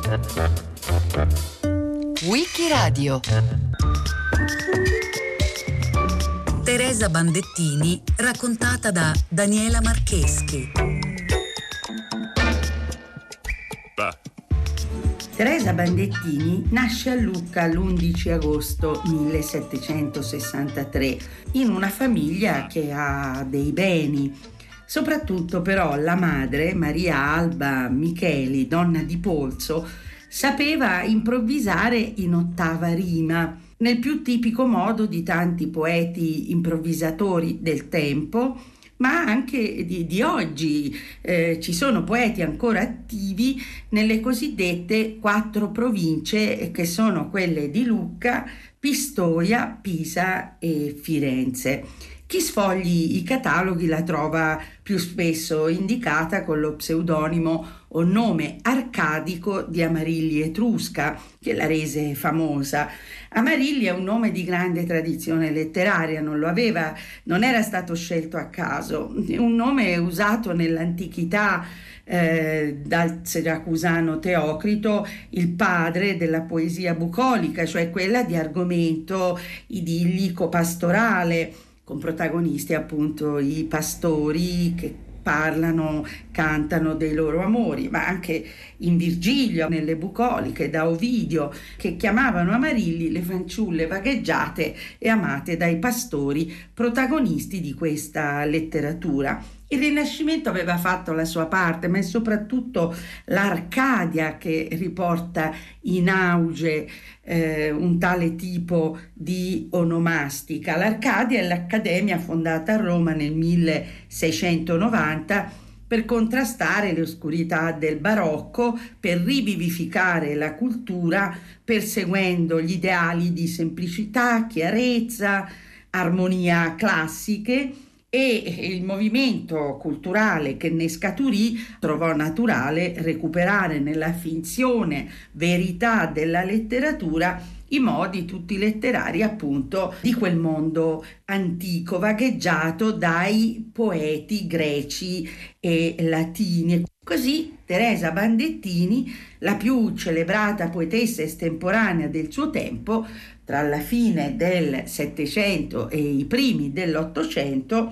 Wikiradio. Teresa Bandettini, raccontata da Daniela Marcheschi. Teresa Bandettini nasce a Lucca l'11 agosto 1763 in una famiglia che ha dei beni. Soprattutto però la madre, Maria Alba Micheli, donna di polso, sapeva improvvisare in ottava rima, nel più tipico modo di tanti poeti improvvisatori del tempo, ma anche di oggi. Ci sono poeti ancora attivi nelle cosiddette 4 province, che sono quelle di Lucca, Pistoia, Pisa e Firenze. Chi sfogli i cataloghi la trova più spesso indicata con lo pseudonimo o nome arcadico di Amarilli Etrusca, che la rese famosa. Amarilli è un nome di grande tradizione letteraria, non era stato scelto a caso, è un nome usato nell'antichità dal siracusano Teocrito, il padre della poesia bucolica, cioè quella di argomento idillico pastorale, con protagonisti appunto i pastori che parlano, cantano dei loro amori, ma anche in Virgilio, nelle bucoliche, da Ovidio, che chiamavano Amarilli le fanciulle vagheggiate e amate dai pastori, protagonisti di questa letteratura. Il Rinascimento aveva fatto la sua parte, ma è soprattutto l'Arcadia che riporta in auge un tale tipo di onomastica. L'Arcadia è l'accademia fondata a Roma nel 1690 per contrastare le oscurità del barocco, per rivivificare la cultura, perseguendo gli ideali di semplicità, chiarezza, armonia classiche. E il movimento culturale che ne scaturì trovò naturale recuperare nella finzione verità della letteratura i modi tutti letterari appunto di quel mondo antico vagheggiato dai poeti greci e latini. Così Teresa Bandettini, la più celebrata poetessa estemporanea del suo tempo, tra la fine del Settecento e i primi dell'Ottocento,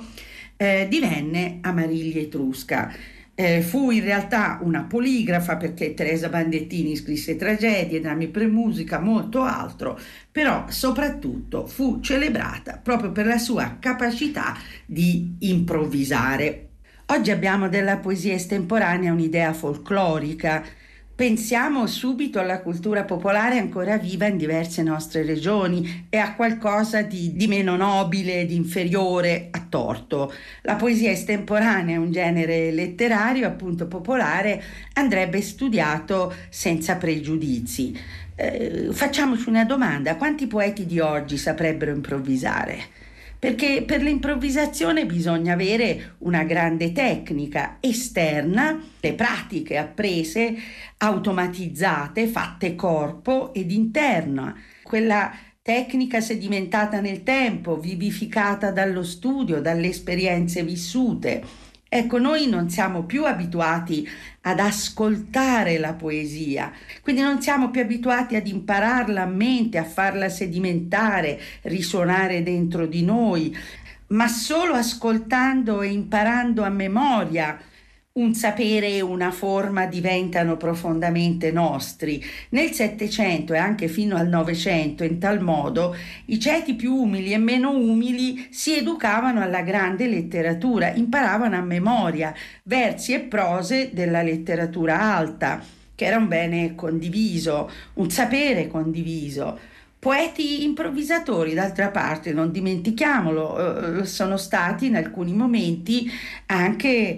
divenne Amarilli Etrusca. Fu in realtà una poligrafa, perché Teresa Bandettini scrisse tragedie, drammi per musica, molto altro, però soprattutto fu celebrata proprio per la sua capacità di improvvisare. Oggi abbiamo della poesia estemporanea un'idea folclorica. Pensiamo subito alla cultura popolare ancora viva in diverse nostre regioni e a qualcosa di meno nobile, di inferiore, a torto. La poesia estemporanea è un genere letterario, appunto popolare, andrebbe studiato senza pregiudizi. Facciamoci una domanda: quanti poeti di oggi saprebbero improvvisare? Perché per l'improvvisazione bisogna avere una grande tecnica esterna, le pratiche apprese, automatizzate, fatte corpo, ed interna, quella tecnica sedimentata nel tempo, vivificata dallo studio, dalle esperienze vissute. Ecco, noi non siamo più abituati ad ascoltare la poesia, quindi non siamo più abituati ad impararla a mente, a farla sedimentare, risuonare dentro di noi, ma solo ascoltando e imparando a memoria un sapere e una forma diventano profondamente nostri. Nel Settecento e anche fino al Novecento, in tal modo, i ceti più umili e meno umili si educavano alla grande letteratura, imparavano a memoria versi e prose della letteratura alta, che era un bene condiviso, un sapere condiviso. Poeti improvvisatori, d'altra parte, non dimentichiamolo, sono stati in alcuni momenti anche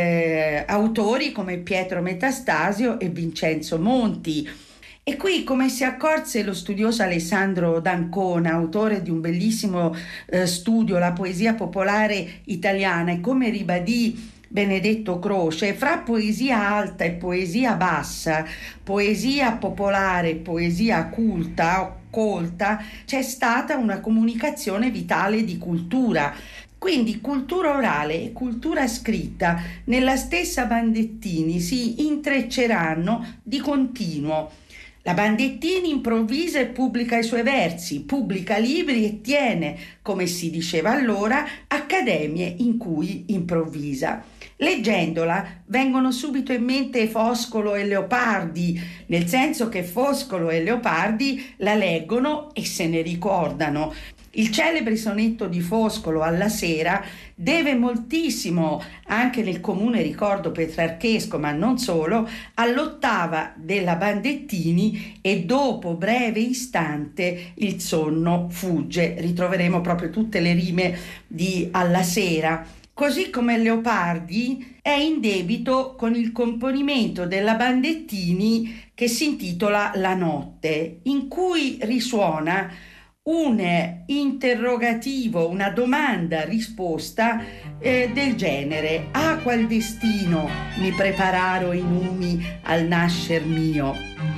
autori come Pietro Metastasio e Vincenzo Monti. E qui, come si accorse lo studioso Alessandro d'Ancona, autore di un bellissimo studio, La poesia popolare italiana, e come ribadì Benedetto Croce, fra poesia alta e poesia bassa, poesia popolare e poesia culta o colta, c'è stata una comunicazione vitale di cultura. Quindi cultura orale e cultura scritta nella stessa Bandettini si intrecceranno di continuo. La Bandettini improvvisa e pubblica i suoi versi, pubblica libri e tiene, come si diceva allora, accademie in cui improvvisa. Leggendola vengono subito in mente Foscolo e Leopardi, nel senso che Foscolo e Leopardi la leggono e se ne ricordano. Il celebre sonetto di Foscolo alla sera deve moltissimo, anche nel comune ricordo petrarchesco, ma non solo, all'ottava della Bandettini e dopo breve istante il sonno fugge. Ritroveremo proprio tutte le rime di alla sera. Così come Leopardi è in debito con il componimento della Bandettini che si intitola La notte, in cui risuona un interrogativo, una domanda-risposta del genere: a qual destino mi prepararo i numi al nascer mio?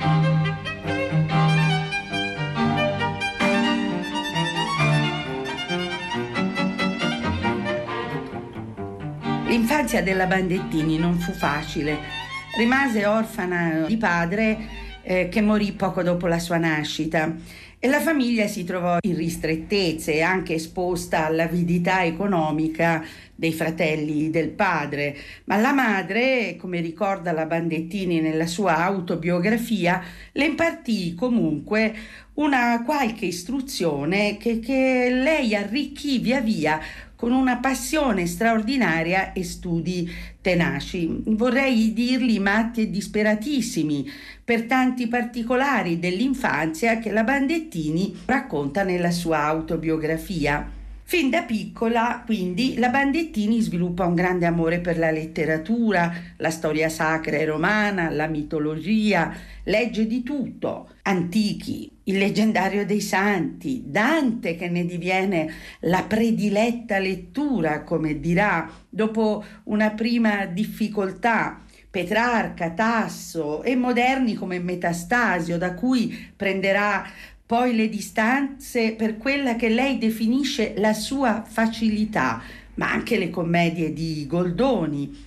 L'infanzia della Bandettini non fu facile. Rimase orfana di padre che morì poco dopo la sua nascita e la famiglia si trovò in ristrettezze e anche esposta all'avidità economica dei fratelli del padre. Ma la madre, come ricorda la Bandettini nella sua autobiografia, le impartì comunque una qualche istruzione che lei arricchì via via con una passione straordinaria e studi tenaci. Vorrei dirli matti e disperatissimi per tanti particolari dell'infanzia che la Bandettini racconta nella sua autobiografia. Fin da piccola, quindi, la Bandettini sviluppa un grande amore per la letteratura, la storia sacra e romana, la mitologia, legge di tutto, antichi, il leggendario dei santi, Dante che ne diviene la prediletta lettura, come dirà, dopo una prima difficoltà, Petrarca, Tasso e moderni come Metastasio, da cui prenderà poi le distanze per quella che lei definisce la sua facilità, ma anche le commedie di Goldoni.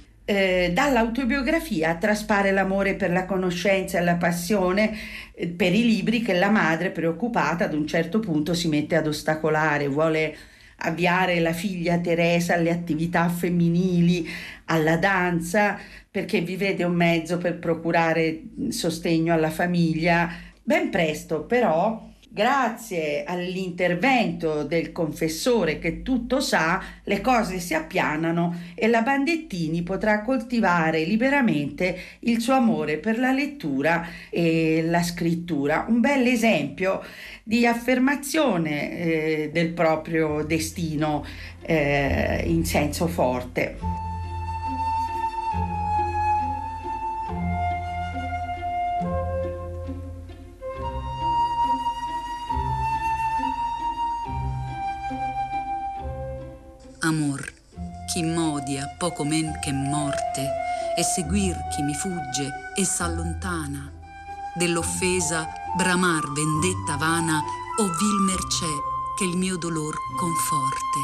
Dall'autobiografia traspare l'amore per la conoscenza e la passione per i libri che la madre, preoccupata, ad un certo punto si mette ad ostacolare, vuole avviare la figlia Teresa alle attività femminili, alla danza, perché vi vede un mezzo per procurare sostegno alla famiglia. Ben presto, però, grazie all'intervento del confessore che tutto sa, le cose si appianano e la Bandettini potrà coltivare liberamente il suo amore per la lettura e la scrittura. Un bel esempio di affermazione del proprio destino in senso forte. Amor, chi m'odia poco men che morte, e seguir chi mi fugge e s'allontana. Dell'offesa bramar vendetta vana, o vil mercè che il mio dolor conforte.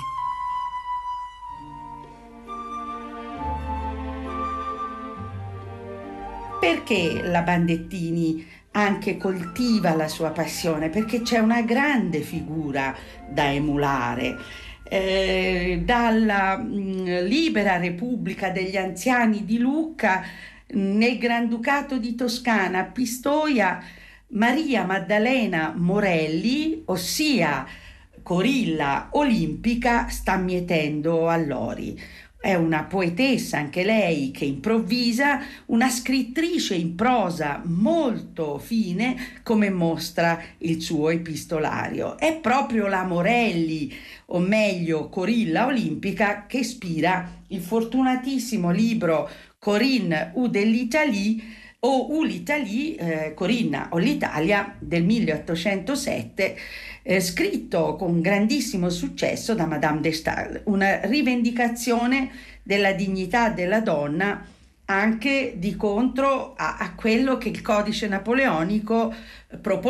Perché la Bandettini anche coltiva la sua passione? Perché c'è una grande figura da emulare. Dalla Libera Repubblica degli Anziani di Lucca, nel Granducato di Toscana, Pistoia, Maria Maddalena Morelli, ossia Corilla Olimpica, sta mietendo allori. È una poetessa anche lei che improvvisa, una scrittrice in prosa molto fine, come mostra il suo epistolario. È proprio la Morelli, o meglio Corilla Olimpica, che ispira il fortunatissimo libro Corinne ou de l'Italie o l'Italie, Corinna o l'Italia del 1807, scritto con grandissimo successo da Madame de Staël, una rivendicazione della dignità della donna anche di contro a quello che il codice napoleonico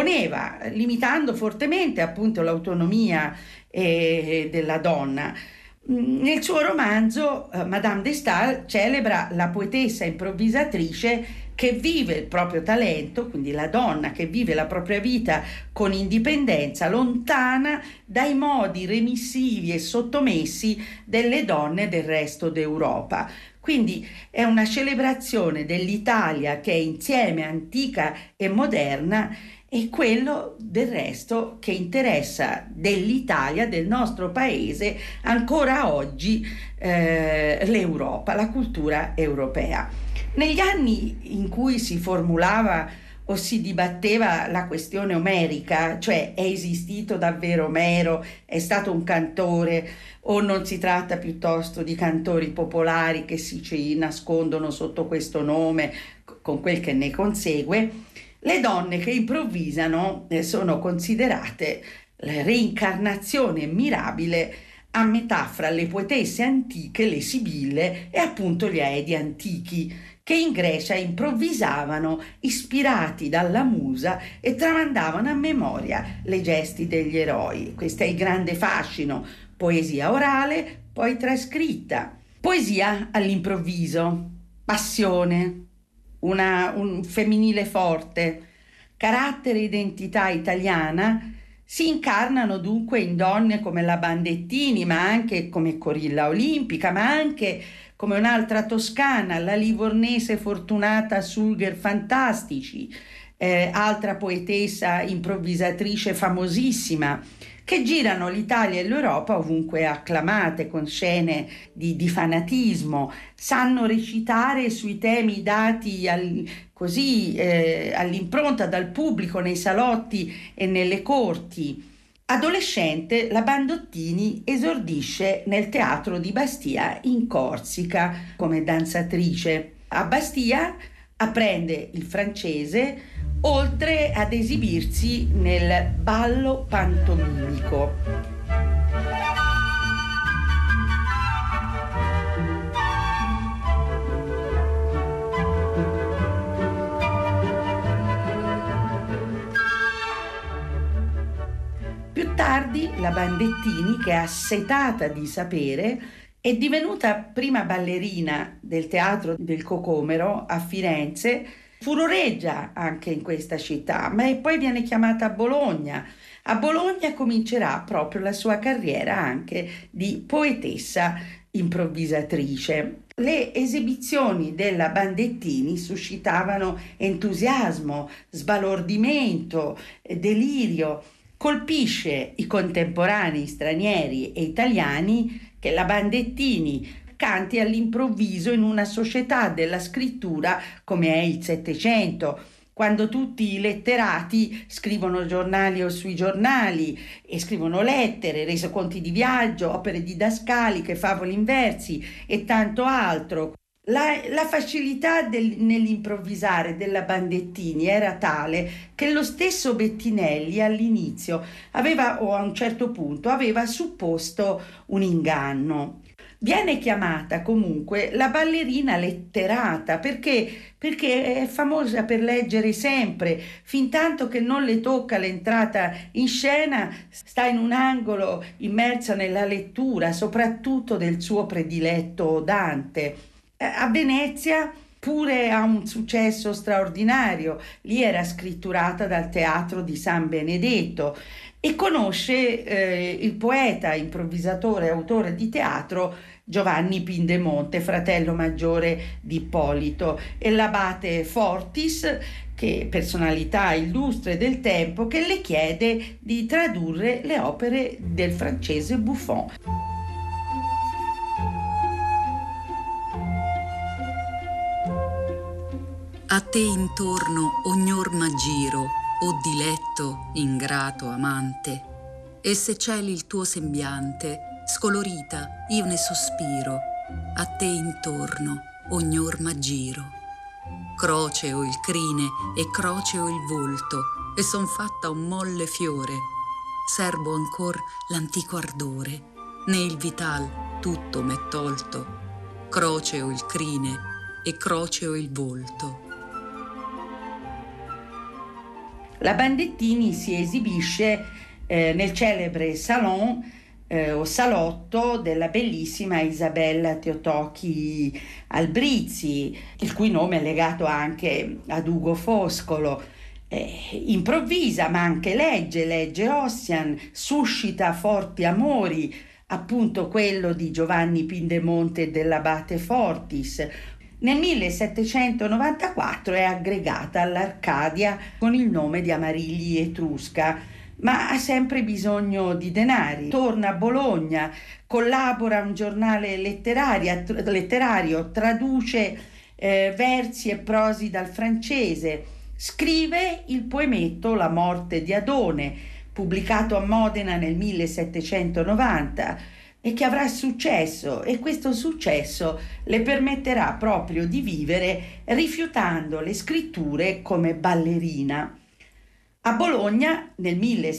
proponeva, limitando fortemente appunto l'autonomia della donna. Nel suo romanzo, Madame de Staël celebra la poetessa improvvisatrice che vive il proprio talento, quindi la donna che vive la propria vita con indipendenza, lontana dai modi remissivi e sottomessi delle donne del resto d'Europa. Quindi è una celebrazione dell'Italia che è insieme antica e moderna, e quello del resto che interessa dell'Italia, del nostro paese, ancora oggi l'Europa, la cultura europea. Negli anni in cui si formulava o si dibatteva la questione omerica, cioè è esistito davvero Omero, è stato un cantore o non si tratta piuttosto di cantori popolari che si ci nascondono sotto questo nome con quel che ne consegue, le donne che improvvisano sono considerate la reincarnazione mirabile a metà fra le poetesse antiche, le Sibille e appunto gli Aedi antichi, che in Grecia improvvisavano ispirati dalla musa e tramandavano a memoria le gesti degli eroi. Questo è il grande fascino: poesia orale, poi trascritta, poesia all'improvviso, passione, un femminile forte, carattere e identità italiana si incarnano dunque in donne come la Bandettini, ma anche come Corilla Olimpica, ma anche come un'altra toscana, la livornese Fortunata Sulger Fantastici, altra poetessa improvvisatrice famosissima, che girano l'Italia e l'Europa ovunque acclamate, con scene di fanatismo, sanno recitare sui temi dati all'impronta dal pubblico nei salotti e nelle corti. Adolescente, la Bandottini esordisce nel teatro di Bastia in Corsica come danzatrice. A Bastia apprende il francese, oltre ad esibirsi nel ballo pantomimico. Più tardi la Bandettini, che è assetata di sapere, è divenuta prima ballerina del Teatro del Cocomero a Firenze, furoreggia anche in questa città, ma poi viene chiamata a Bologna. A Bologna comincerà proprio la sua carriera anche di poetessa improvvisatrice. Le esibizioni della Bandettini suscitavano entusiasmo, sbalordimento, delirio. Colpisce i contemporanei stranieri e italiani che la Bandettini canti all'improvviso in una società della scrittura come è il Settecento, quando tutti i letterati scrivono giornali o sui giornali e scrivono lettere, resoconti di viaggio, opere didascaliche, favole in versi e tanto altro. La facilità nell'improvvisare della Bandettini era tale che lo stesso Bettinelli all'inizio aveva, o a un certo punto, aveva supposto un inganno. Viene chiamata comunque la ballerina letterata perché è famosa per leggere sempre, fin tanto che non le tocca l'entrata in scena, sta in un angolo immersa nella lettura, soprattutto del suo prediletto Dante. A Venezia pure ha un successo straordinario, lì era scritturata dal Teatro di San Benedetto e conosce il poeta, improvvisatore e autore di teatro Giovanni Pindemonte, fratello maggiore di Ippolito, e l'abate Fortis, che personalità illustre del tempo, che le chiede di tradurre le opere del francese Buffon. A te intorno ognor m'aggiro, o diletto, ingrato amante, e se celi il tuo sembiante, scolorita io ne sospiro, a te intorno ognor m'aggiro. Croceo il crine e croceo il volto, e son fatta un molle fiore, serbo ancor l'antico ardore, né il vital tutto m'è tolto, croceo il crine e croceo il volto. La Bandettini si esibisce nel celebre Salon o salotto della bellissima Isabella Teotochi Albrizzi, il cui nome è legato anche ad Ugo Foscolo. Improvvisa, ma anche legge Ossian, suscita forti amori, appunto quello di Giovanni Pindemonte e dell'abate Fortis. Nel 1794 è aggregata all'Arcadia con il nome di Amarigli Etrusca, ma ha sempre bisogno di denari. Torna a Bologna, collabora a un giornale letterario, traduce versi e prosi dal francese, scrive il poemetto La morte di Adone, pubblicato a Modena nel 1790, e che avrà successo, e questo successo le permetterà proprio di vivere rifiutando le scritture come ballerina. A Bologna nel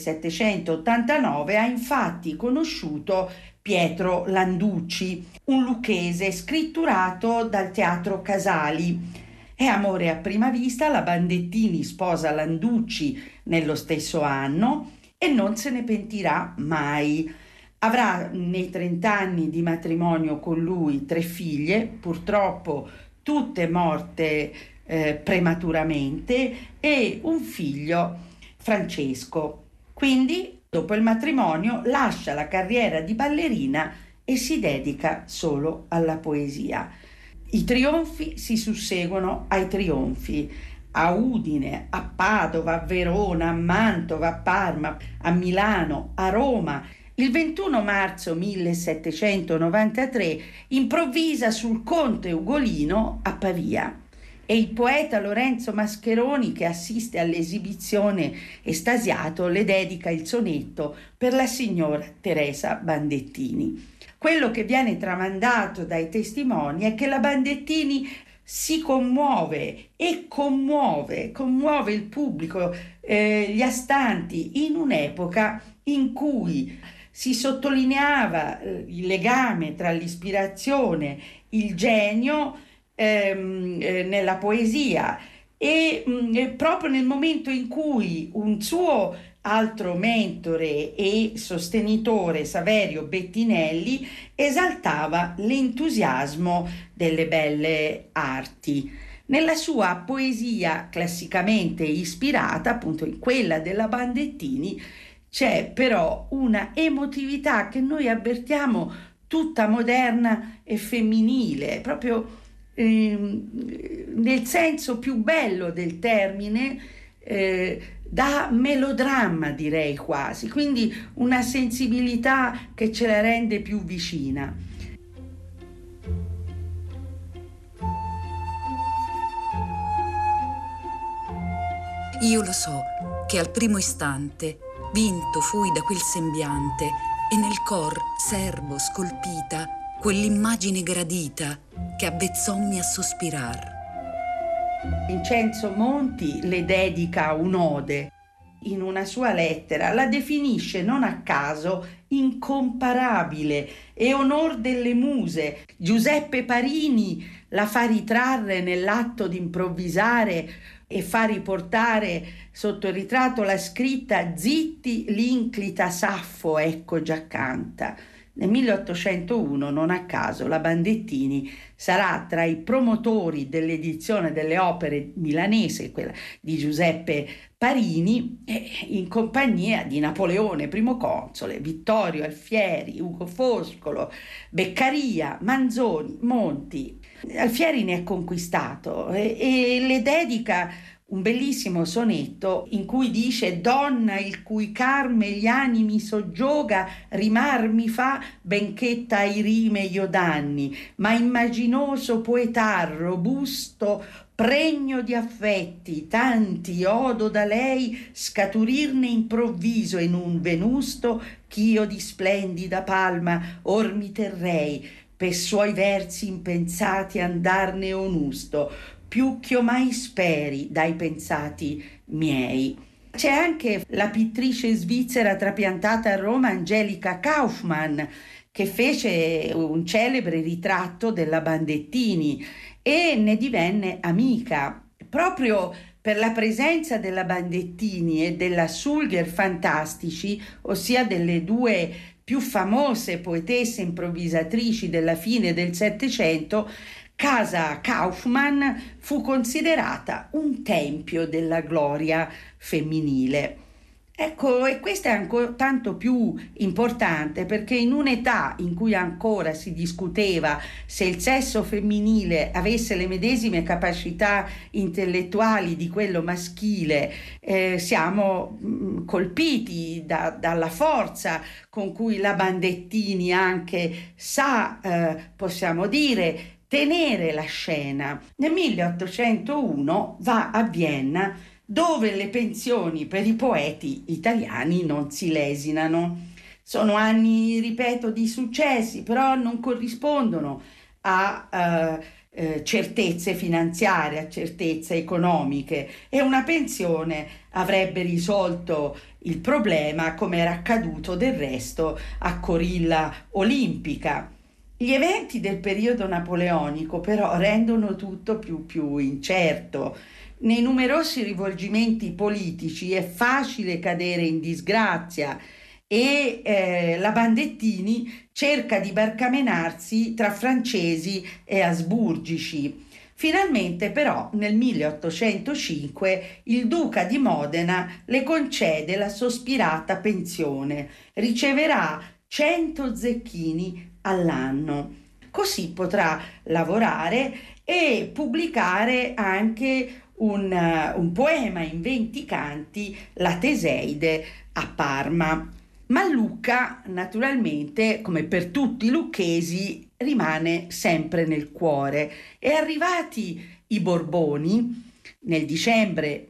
1789 ha infatti conosciuto Pietro Landucci, un lucchese scritturato dal Teatro Casali. È amore a prima vista, la Bandettini sposa Landucci nello stesso anno e non se ne pentirà mai. Avrà nei 30 anni di matrimonio con lui 3 figlie, purtroppo tutte morte prematuramente, e un figlio, Francesco. Quindi, dopo il matrimonio, lascia la carriera di ballerina e si dedica solo alla poesia. I trionfi si susseguono ai trionfi. A Udine, a Padova, a Verona, a Mantova, a Parma, a Milano, a Roma. Il 21 marzo 1793 improvvisa sul Conte Ugolino a Pavia e il poeta Lorenzo Mascheroni, che assiste all'esibizione estasiato, le dedica il sonetto per la signora Teresa Bandettini. Quello che viene tramandato dai testimoni è che la Bandettini si commuove e commuove il pubblico, gli astanti, in un'epoca in cui si sottolineava il legame tra l'ispirazione, il genio nella poesia e proprio nel momento in cui un suo altro mentore e sostenitore, Saverio Bettinelli, esaltava l'entusiasmo delle belle arti. Nella sua poesia classicamente ispirata, appunto in quella della Bandettini, c'è però una emotività che noi avvertiamo tutta moderna e femminile, proprio nel senso più bello del termine, da melodramma, direi quasi, quindi una sensibilità che ce la rende più vicina. Io lo so che al primo istante vinto fui da quel sembiante e nel cor serbo scolpita quell'immagine gradita che avvezzommi a sospirar. Vincenzo Monti le dedica un'ode. In una sua lettera la definisce non a caso incomparabile e onor delle muse. Giuseppe Parini la fa ritrarre nell'atto di improvvisare e fa riportare sotto il ritratto la scritta «Zitti, l'inclita Saffo, ecco già canta». Nel 1801, non a caso, la Bandettini sarà tra i promotori dell'edizione delle opere milanese, quella di Giuseppe Parini, in compagnia di Napoleone, primo console, Vittorio Alfieri, Ugo Foscolo, Beccaria, Manzoni, Monti. Alfieri ne è conquistato e le dedica un bellissimo sonetto in cui dice: «Donna il cui carme gli animi soggioga, rimar mi fa benché tai rime io danni, ma immaginoso poetar robusto, pregno di affetti, tanti odo da lei scaturirne improvviso in un venusto, ch'io di splendida palma or mi terrei, per suoi versi impensati andarne onusto, più ch'io mai speri dai pensati miei». C'è anche la pittrice svizzera trapiantata a Roma, Angelica Kaufmann, che fece un celebre ritratto della Bandettini e ne divenne amica. Proprio per la presenza della Bandettini e della Sulger Fantastici, ossia delle due più famose poetesse improvvisatrici della fine del Settecento, Casa Kaufmann fu considerata un tempio della gloria femminile. Ecco, e questo è ancora tanto più importante perché in un'età in cui ancora si discuteva se il sesso femminile avesse le medesime capacità intellettuali di quello maschile, siamo colpiti dalla forza con cui la Bandettini anche sa, possiamo dire, tenere la scena. Nel 1801 va a Vienna, dove le pensioni per i poeti italiani non si lesinano. Sono anni, ripeto, di successi, però non corrispondono a certezze finanziarie, a certezze economiche, e una pensione avrebbe risolto il problema, come era accaduto del resto a Corilla Olimpica. Gli eventi del periodo napoleonico però rendono tutto più incerto. Nei numerosi rivolgimenti politici è facile cadere in disgrazia e la Bandettini cerca di barcamenarsi tra francesi e asburgici. Finalmente però nel 1805 il duca di Modena le concede la sospirata pensione. Riceverà 100 zecchini all'anno. Così potrà lavorare e pubblicare anche un poema in 20 canti, La Teseide, a Parma. Ma Lucca, naturalmente, come per tutti i lucchesi, rimane sempre nel cuore. E arrivati i Borboni, nel dicembre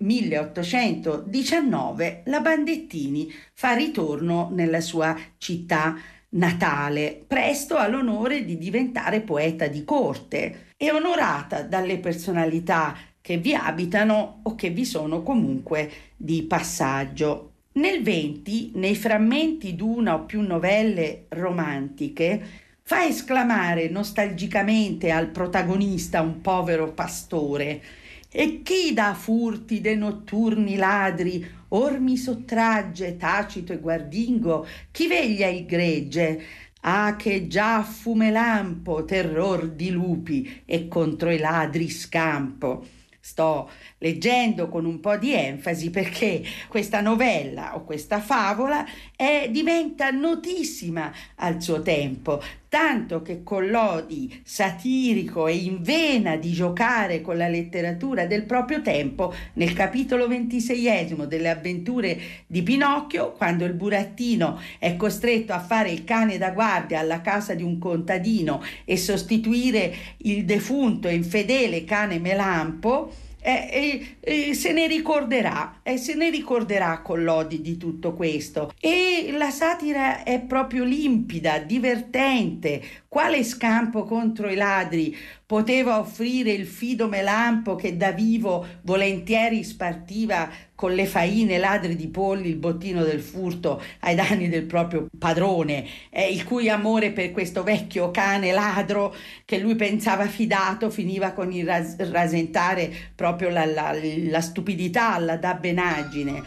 1819, la Bandettini fa ritorno nella sua città natale, presto ha l'onore di diventare poeta di corte e onorata dalle personalità che vi abitano o che vi sono comunque di passaggio. Nel 20, nei frammenti d'una o più novelle romantiche, fa esclamare nostalgicamente al protagonista, un povero pastore: «E chi dà furti de notturni ladri, or mi sottragge tacito e guardingo, chi veglia il gregge? Ah, che già fume lampo, terror di lupi, e contro i ladri scampo». Sto leggendo con un po' di enfasi perché questa novella o questa favola diventa notissima al suo tempo, tanto che con l'odi satirico e in vena di giocare con la letteratura del proprio tempo, nel capitolo 26esimo delle avventure di Pinocchio, quando il burattino è costretto a fare il cane da guardia alla casa di un contadino e sostituire il defunto e infedele cane Melampo, se ne ricorderà con lodi di tutto questo. E la satira è proprio limpida, divertente. Quale scampo contro i ladri poteva offrire il fido Melampo, che da vivo volentieri spartiva con le faine ladri di polli il bottino del furto ai danni del proprio padrone, il cui amore per questo vecchio cane ladro che lui pensava fidato finiva con il rasentare proprio la stupidità, la dabbenaggine.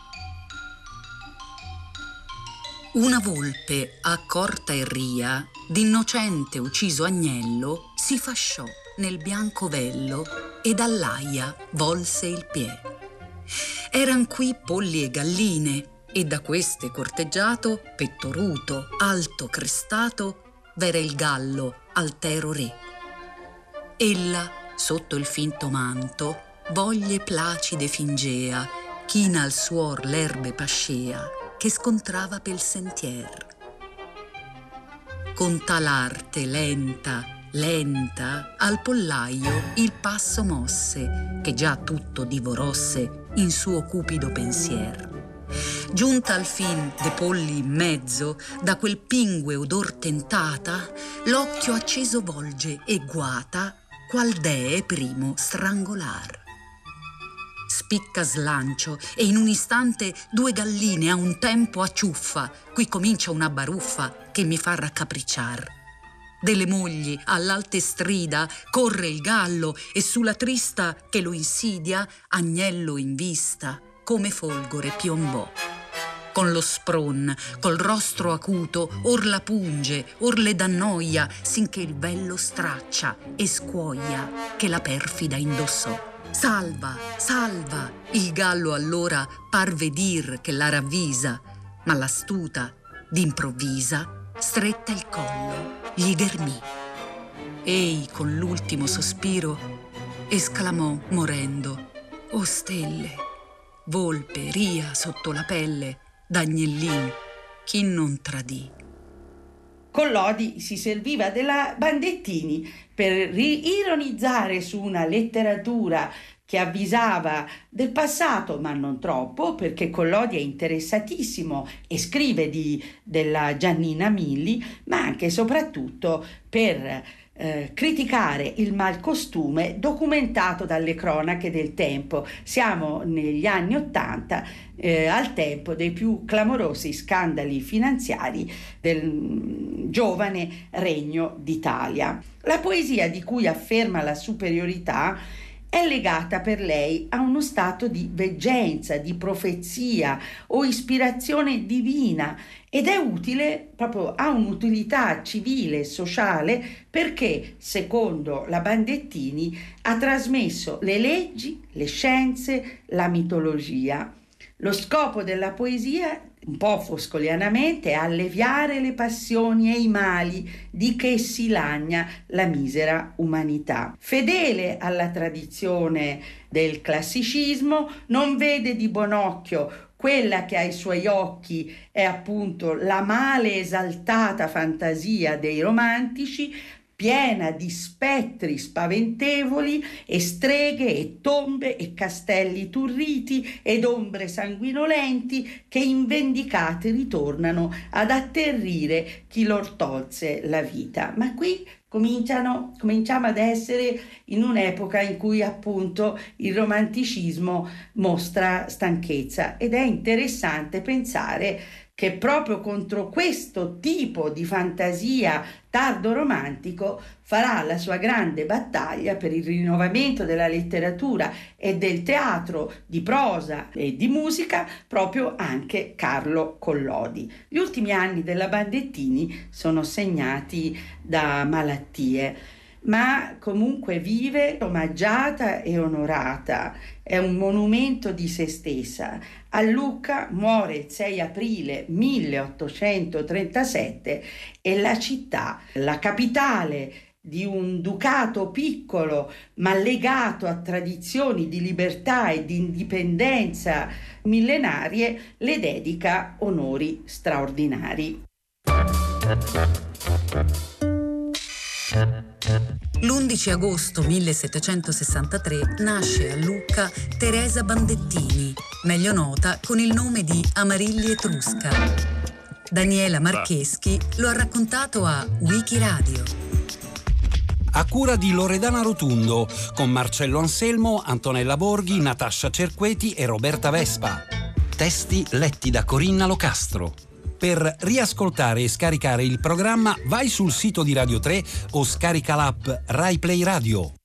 Una volpe accorta e ria, d'innocente ucciso agnello, si fasciò nel bianco vello e dall'aia volse il piè. Eran qui polli e galline, e da queste corteggiato, pettoruto, alto crestato, v'era il gallo, altero re. Ella, sotto il finto manto, voglie placide fingea, china al suor l'erbe pascea, che scontrava pel sentier. Con tal arte lenta, lenta, al pollaio il passo mosse, che già tutto divorosse in suo cupido pensier. Giunta al fin de polli in mezzo, da quel pingue odor tentata, l'occhio acceso volge e guata, qual dee primo strangolar. Spicca slancio e in un istante 2 galline a un tempo acciuffa. Qui comincia una baruffa che mi fa raccapricciar. Delle mogli all'alte strida corre il gallo e sulla trista che lo insidia agnello in vista come folgore piombò. con lo spron, col rostro acuto, or la punge, or le dà noia, sinché il vello straccia e scuoia che la perfida indossò. Salva, salva! Il gallo allora parve dir che la ravvisa, ma l'astuta, d'improvvisa, stretta il collo, gli ghermì. Ei, con l'ultimo sospiro, esclamò morendo: «O stelle, volpe, ria sotto la pelle, d'agnellin, chi non tradì». Collodi si serviva della Bandettini per ironizzare su una letteratura che avvisava del passato, ma non troppo, perché Collodi è interessatissimo e scrive della Giannina Milli, ma anche e soprattutto per criticare il malcostume documentato dalle cronache del tempo. Siamo negli anni '80, al tempo dei più clamorosi scandali finanziari del giovane Regno d'Italia. La poesia di cui afferma la superiorità è legata per lei a uno stato di veggenza, di profezia o ispirazione divina, ed è utile, proprio ha un'utilità civile e sociale, perché, secondo la Bandettini, ha trasmesso le leggi, le scienze, la mitologia. Lo scopo della poesia, un po' foscolianamente, è alleviare le passioni e i mali di che si lagna la misera umanità. Fedele alla tradizione del classicismo, non vede di buon occhio quella che ai suoi occhi è appunto la male esaltata fantasia dei romantici, piena di spettri spaventevoli e streghe e tombe e castelli turriti ed ombre sanguinolenti che invendicate ritornano ad atterrire chi lor tolse la vita. Ma qui cominciamo ad essere in un'epoca in cui appunto il romanticismo mostra stanchezza, ed è interessante pensare che proprio contro questo tipo di fantasia tardo romantico farà la sua grande battaglia per il rinnovamento della letteratura e del teatro di prosa e di musica proprio anche Carlo Collodi. Gli ultimi anni della Bandettini sono segnati da malattie, ma comunque vive, omaggiata e onorata. È un monumento di se stessa. A Lucca muore il 6 aprile 1837 e la città, la capitale di un ducato piccolo ma legato a tradizioni di libertà e di indipendenza millenarie, le dedica onori straordinari. L'11 agosto 1763 nasce a Lucca Teresa Bandettini, meglio nota con il nome di Amarilli Etrusca. Daniela Marcheschi lo ha raccontato a Wikiradio. A cura di Loredana Rotundo, con Marcello Anselmo, Antonella Borghi, Natascia Cerqueti e Roberta Vespa. Testi letti da Corinna Locastro. Per riascoltare e scaricare il programma vai sul sito di Radio 3 o scarica l'app Rai Play Radio.